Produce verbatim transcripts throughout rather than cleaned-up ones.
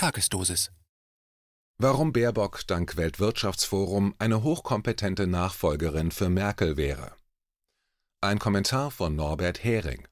Tagesdosis. Warum Baerbock dank Weltwirtschaftsforum eine hochkompetente Nachfolgerin für Merkel wäre. Ein Kommentar von Norbert Hering.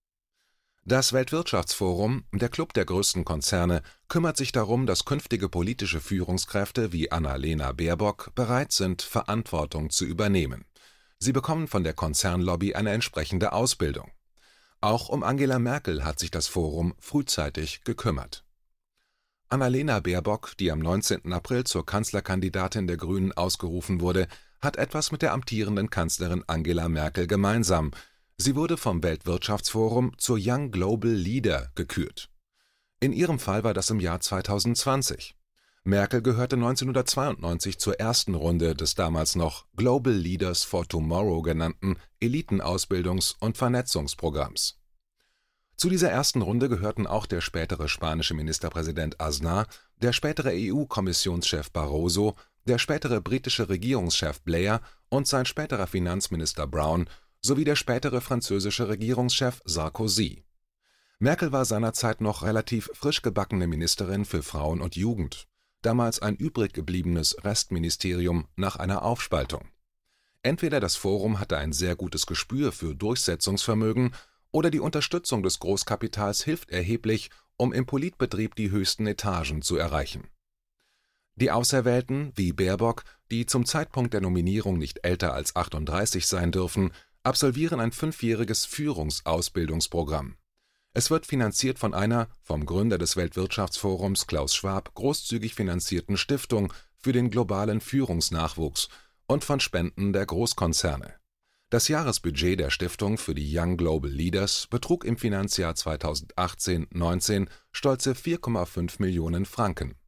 Das Weltwirtschaftsforum, der Club der größten Konzerne, kümmert sich darum, dass künftige politische Führungskräfte wie Annalena Baerbock bereit sind, Verantwortung zu übernehmen. Sie bekommen von der Konzernlobby eine entsprechende Ausbildung. Auch um Angela Merkel hat sich das Forum frühzeitig gekümmert. Annalena Baerbock, die am neunzehnten April zur Kanzlerkandidatin der Grünen ausgerufen wurde, hat etwas mit der amtierenden Kanzlerin Angela Merkel gemeinsam. Sie wurde vom Weltwirtschaftsforum zur Young Global Leader gekürt. In ihrem Fall war das im Jahr zweitausendzwanzig. Merkel gehörte neunzehnhundertzweiundneunzig zur ersten Runde des damals noch Global Leaders for Tomorrow genannten Elitenausbildungs- und Vernetzungsprogramms. Zu dieser ersten Runde gehörten auch der spätere spanische Ministerpräsident Aznar, der spätere E U-Kommissionschef Barroso, der spätere britische Regierungschef Blair und sein späterer Finanzminister Brown sowie der spätere französische Regierungschef Sarkozy. Merkel war seinerzeit noch relativ frisch gebackene Ministerin für Frauen und Jugend, damals ein übrig gebliebenes Restministerium nach einer Aufspaltung. Entweder das Forum hatte ein sehr gutes Gespür für Durchsetzungsvermögen oder die Unterstützung des Großkapitals hilft erheblich, um im Politbetrieb die höchsten Etagen zu erreichen. Die Auserwählten, wie Baerbock, die zum Zeitpunkt der Nominierung nicht älter als achtunddreißig sein dürfen, absolvieren ein fünfjähriges Führungsausbildungsprogramm. Es wird finanziert von einer, vom Gründer des Weltwirtschaftsforums Klaus Schwab, großzügig finanzierten Stiftung für den globalen Führungsnachwuchs und von Spenden der Großkonzerne. Das Jahresbudget der Stiftung für die Young Global Leaders betrug im Finanzjahr zweitausendachtzehn neunzehn stolze vier Komma fünf Millionen Franken.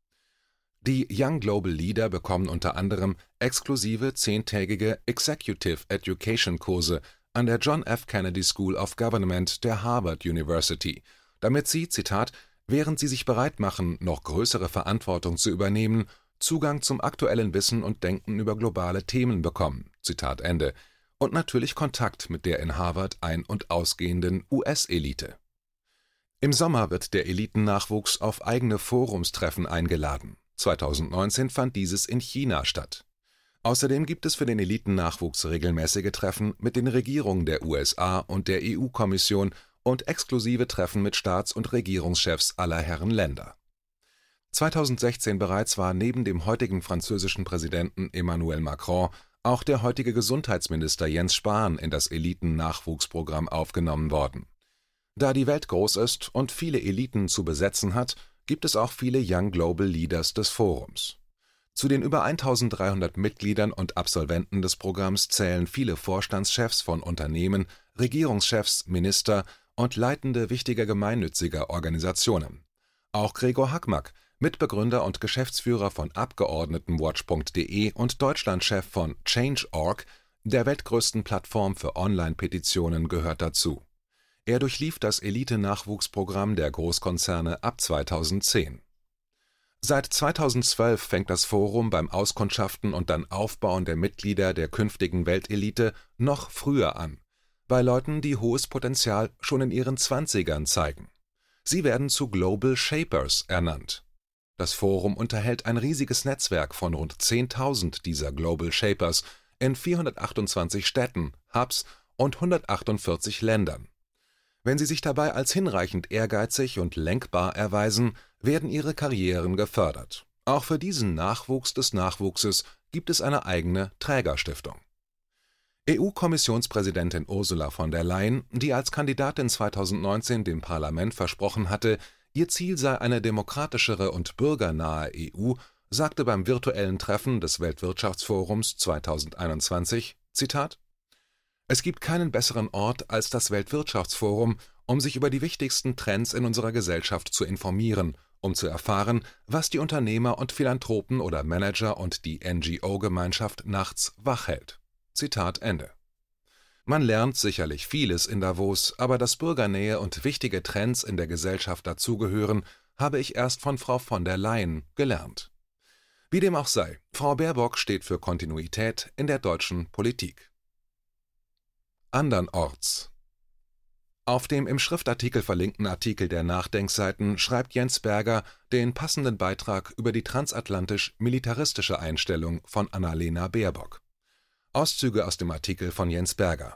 Die Young Global Leader bekommen unter anderem exklusive zehntägige Executive Education Kurse an der John F. Kennedy School of Government der Harvard University, damit sie, Zitat, während sie sich bereit machen, noch größere Verantwortung zu übernehmen, Zugang zum aktuellen Wissen und Denken über globale Themen bekommen, Zitat Ende, und natürlich Kontakt mit der in Harvard ein- und ausgehenden U S-Elite. Im Sommer wird der Elitennachwuchs auf eigene Forumstreffen eingeladen. zweitausendneunzehn fand dieses in China statt. Außerdem gibt es für den Elitennachwuchs regelmäßige Treffen mit den Regierungen der U S A und der E U-Kommission und exklusive Treffen mit Staats- und Regierungschefs aller Herren Länder. zweitausendsechzehn bereits war neben dem heutigen französischen Präsidenten Emmanuel Macron auch der heutige Gesundheitsminister Jens Spahn in das Eliten-Nachwuchsprogramm aufgenommen worden. Da die Welt groß ist und viele Eliten zu besetzen hat, gibt es auch viele Young Global Leaders des Forums. Zu den über eintausenddreihundert Mitgliedern und Absolventen des Programms zählen viele Vorstandschefs von Unternehmen, Regierungschefs, Minister und Leitende wichtiger gemeinnütziger Organisationen. Auch Gregor Hackmack, Mitbegründer und Geschäftsführer von Abgeordnetenwatch punkt de und Deutschlandchef von Change Punkt org, der weltgrößten Plattform für Online-Petitionen, gehört dazu. Er durchlief das Elite-Nachwuchsprogramm der Großkonzerne ab zweitausendzehn. Seit zweitausendzwölf fängt das Forum beim Auskundschaften und dann Aufbauen der Mitglieder der künftigen Weltelite noch früher an, bei Leuten, die hohes Potenzial schon in ihren Zwanzigern zeigen. Sie werden zu Global Shapers ernannt. Das Forum unterhält ein riesiges Netzwerk von rund zehntausend dieser Global Shapers in vierhundertachtundzwanzig Städten, Hubs und hundertachtundvierzig Ländern. Wenn sie sich dabei als hinreichend ehrgeizig und lenkbar erweisen, werden ihre Karrieren gefördert. Auch für diesen Nachwuchs des Nachwuchses gibt es eine eigene Trägerstiftung. E U-Kommissionspräsidentin Ursula von der Leyen, die als Kandidatin zweitausendneunzehn dem Parlament versprochen hatte, ihr Ziel sei eine demokratischere und bürgernahe E U, sagte beim virtuellen Treffen des Weltwirtschaftsforums zweitausendeinundzwanzig, Zitat, Es gibt keinen besseren Ort als das Weltwirtschaftsforum, um sich über die wichtigsten Trends in unserer Gesellschaft zu informieren, um zu erfahren, was die Unternehmer und Philanthropen oder Manager und die N G O-Gemeinschaft nachts wach hält. Zitat Ende. Man lernt sicherlich vieles in Davos, aber dass Bürgernähe und wichtige Trends in der Gesellschaft dazugehören, habe ich erst von Frau von der Leyen gelernt. Wie dem auch sei, Frau Baerbock steht für Kontinuität in der deutschen Politik. Andernorts. Auf dem im Schriftartikel verlinkten Artikel der Nachdenkseiten schreibt Jens Berger den passenden Beitrag über die transatlantisch-militaristische Einstellung von Annalena Baerbock. Auszüge aus dem Artikel von Jens Berger.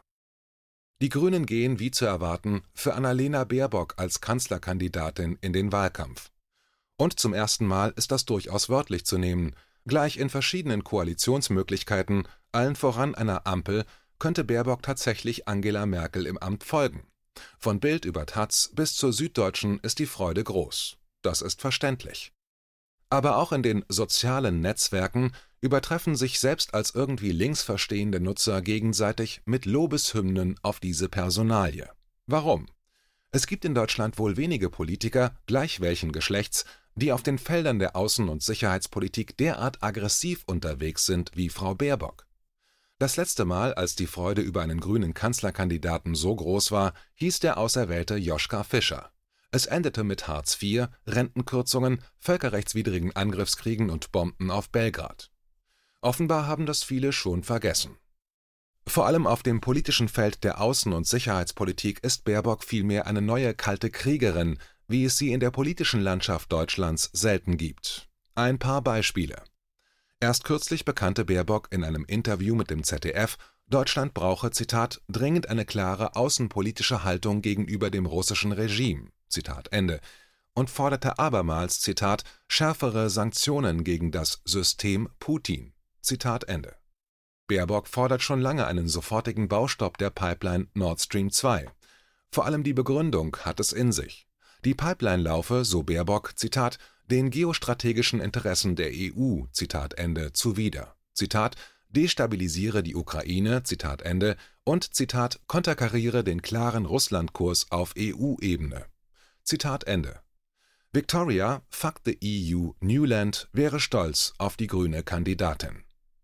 Die Grünen gehen, wie zu erwarten, für Annalena Baerbock als Kanzlerkandidatin in den Wahlkampf. Und zum ersten Mal ist das durchaus wörtlich zu nehmen. Gleich in verschiedenen Koalitionsmöglichkeiten, allen voran einer Ampel, könnte Baerbock tatsächlich Angela Merkel im Amt folgen. Von Bild über Taz bis zur Süddeutschen ist die Freude groß. Das ist verständlich. Aber auch in den sozialen Netzwerken übertreffen sich selbst als irgendwie links verstehende Nutzer gegenseitig mit Lobeshymnen auf diese Personalie. Warum? Es gibt in Deutschland wohl wenige Politiker, gleich welchen Geschlechts, die auf den Feldern der Außen- und Sicherheitspolitik derart aggressiv unterwegs sind wie Frau Baerbock. Das letzte Mal, als die Freude über einen grünen Kanzlerkandidaten so groß war, hieß der Auserwählte Joschka Fischer. Es endete mit Hartz vier, Rentenkürzungen, völkerrechtswidrigen Angriffskriegen und Bomben auf Belgrad. Offenbar haben das viele schon vergessen. Vor allem auf dem politischen Feld der Außen- und Sicherheitspolitik ist Baerbock vielmehr eine neue kalte Kriegerin, wie es sie in der politischen Landschaft Deutschlands selten gibt. Ein paar Beispiele. Erst kürzlich bekannte Baerbock in einem Interview mit dem Z D F, Deutschland brauche, Zitat, dringend eine klare außenpolitische Haltung gegenüber dem russischen Regime, Zitat Ende, und forderte abermals, Zitat, schärfere Sanktionen gegen das System Putin, Zitat Ende. Baerbock fordert schon lange einen sofortigen Baustopp der Pipeline Nord Stream zwei. Vor allem die Begründung hat es in sich. Die Pipeline laufe, so Baerbock, Zitat, den geostrategischen Interessen der E U, Zitat Ende, zuwider. Zitat, destabilisiere die Ukraine, Zitat Ende, und Zitat, konterkariere den klaren Russlandkurs auf E U-Ebene. Zitat Ende. Victoria, fuck the E U, Newland, wäre stolz auf die grüne Kandidatin.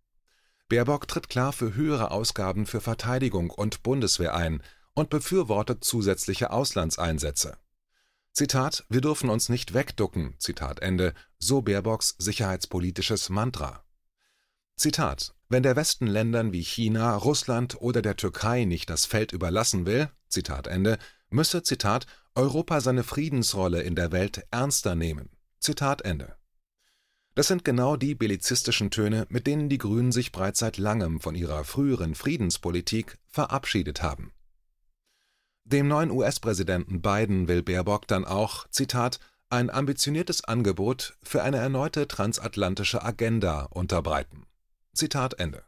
Baerbock tritt klar für höhere Ausgaben für Verteidigung und Bundeswehr ein und befürwortet zusätzliche Auslandseinsätze. Zitat, wir dürfen uns nicht wegducken, Zitat Ende, so Baerbocks sicherheitspolitisches Mantra. Zitat, wenn der Westen Ländern wie China, Russland oder der Türkei nicht das Feld überlassen will, Zitat Ende, müsse, Zitat, Europa seine Friedensrolle in der Welt ernster nehmen, Zitat Ende. Das sind genau die bellizistischen Töne, mit denen die Grünen sich bereits seit langem von ihrer früheren Friedenspolitik verabschiedet haben. Dem neuen U S-Präsidenten Biden will Baerbock dann auch, Zitat, ein ambitioniertes Angebot für eine erneute transatlantische Agenda unterbreiten. Zitat Ende.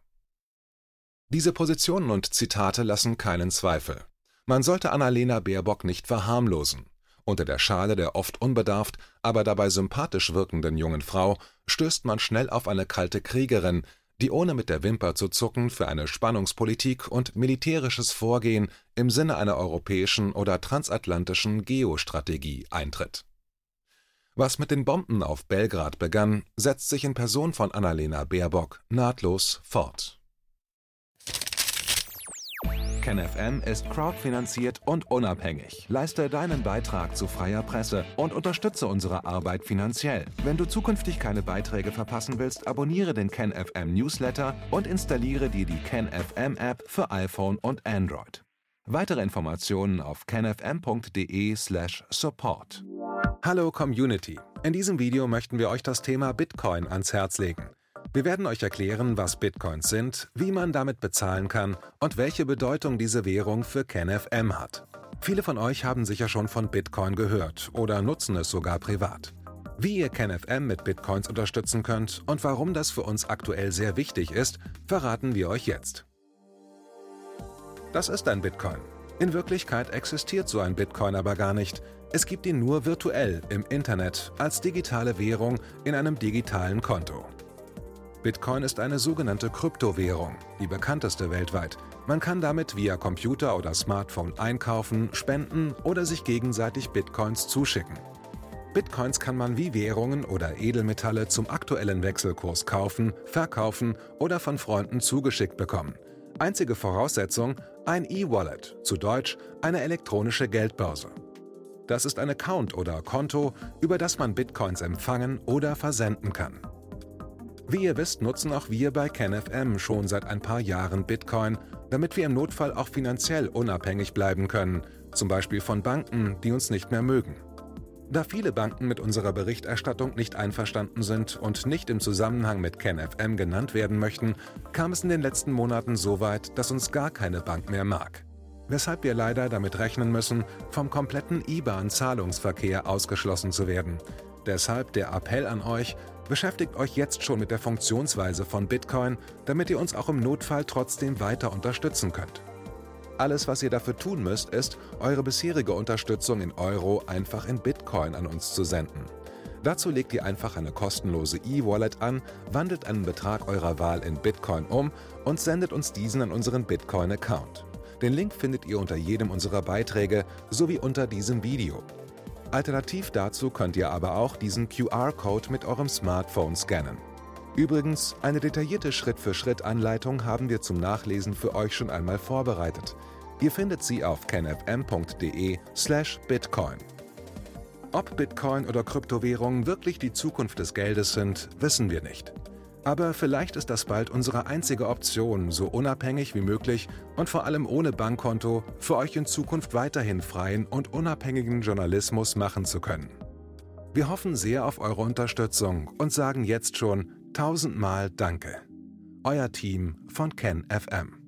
Diese Positionen und Zitate lassen keinen Zweifel. Man sollte Annalena Baerbock nicht verharmlosen. Unter der Schale der oft unbedarft, aber dabei sympathisch wirkenden jungen Frau stößt man schnell auf eine kalte Kriegerin, die ohne mit der Wimper zu zucken für eine Spannungspolitik und militärisches Vorgehen im Sinne einer europäischen oder transatlantischen Geostrategie eintritt. Was mit den Bomben auf Belgrad begann, setzt sich in Person von Annalena Baerbock nahtlos fort. KenFM ist crowdfinanziert und unabhängig. Leiste deinen Beitrag zu freier Presse und unterstütze unsere Arbeit finanziell. Wenn du zukünftig keine Beiträge verpassen willst, abonniere den KenFM Newsletter und installiere dir die KenFM App für iPhone und Android. Weitere Informationen auf kenfm punkt de slash support. Hallo Community! In diesem Video möchten wir euch das Thema Bitcoin ans Herz legen. Wir werden euch erklären, was Bitcoins sind, wie man damit bezahlen kann und welche Bedeutung diese Währung für KenFM hat. Viele von euch haben sicher schon von Bitcoin gehört oder nutzen es sogar privat. Wie ihr KenFM mit Bitcoins unterstützen könnt und warum das für uns aktuell sehr wichtig ist, verraten wir euch jetzt. Das ist ein Bitcoin. In Wirklichkeit existiert so ein Bitcoin aber gar nicht. Es gibt ihn nur virtuell im Internet als digitale Währung in einem digitalen Konto. Bitcoin ist eine sogenannte Kryptowährung, die bekannteste weltweit. Man kann damit via Computer oder Smartphone einkaufen, spenden oder sich gegenseitig Bitcoins zuschicken. Bitcoins kann man wie Währungen oder Edelmetalle zum aktuellen Wechselkurs kaufen, verkaufen oder von Freunden zugeschickt bekommen. Einzige Voraussetzung: ein E-Wallet, zu Deutsch eine elektronische Geldbörse. Das ist ein Account oder Konto, über das man Bitcoins empfangen oder versenden kann. Wie ihr wisst, nutzen auch wir bei KenFM schon seit ein paar Jahren Bitcoin, damit wir im Notfall auch finanziell unabhängig bleiben können, zum Beispiel von Banken, die uns nicht mehr mögen. Da viele Banken mit unserer Berichterstattung nicht einverstanden sind und nicht im Zusammenhang mit KenFM genannt werden möchten, kam es in den letzten Monaten so weit, dass uns gar keine Bank mehr mag. Weshalb wir leider damit rechnen müssen, vom kompletten I B A N-Zahlungsverkehr ausgeschlossen zu werden. Deshalb der Appell an euch, beschäftigt euch jetzt schon mit der Funktionsweise von Bitcoin, damit ihr uns auch im Notfall trotzdem weiter unterstützen könnt. Alles, was ihr dafür tun müsst, ist, eure bisherige Unterstützung in Euro einfach in Bitcoin an uns zu senden. Dazu legt ihr einfach eine kostenlose E-Wallet an, wandelt einen Betrag eurer Wahl in Bitcoin um und sendet uns diesen an unseren Bitcoin-Account. Den Link findet ihr unter jedem unserer Beiträge sowie unter diesem Video. Alternativ dazu könnt ihr aber auch diesen Q R-Code mit eurem Smartphone scannen. Übrigens, eine detaillierte Schritt-für-Schritt-Anleitung haben wir zum Nachlesen für euch schon einmal vorbereitet. Ihr findet sie auf kenfm punkt de slash bitcoin. Ob Bitcoin oder Kryptowährungen wirklich die Zukunft des Geldes sind, wissen wir nicht. Aber vielleicht ist das bald unsere einzige Option, so unabhängig wie möglich und vor allem ohne Bankkonto für euch in Zukunft weiterhin freien und unabhängigen Journalismus machen zu können. Wir hoffen sehr auf eure Unterstützung und sagen jetzt schon tausendmal Danke. Euer Team von KenFM.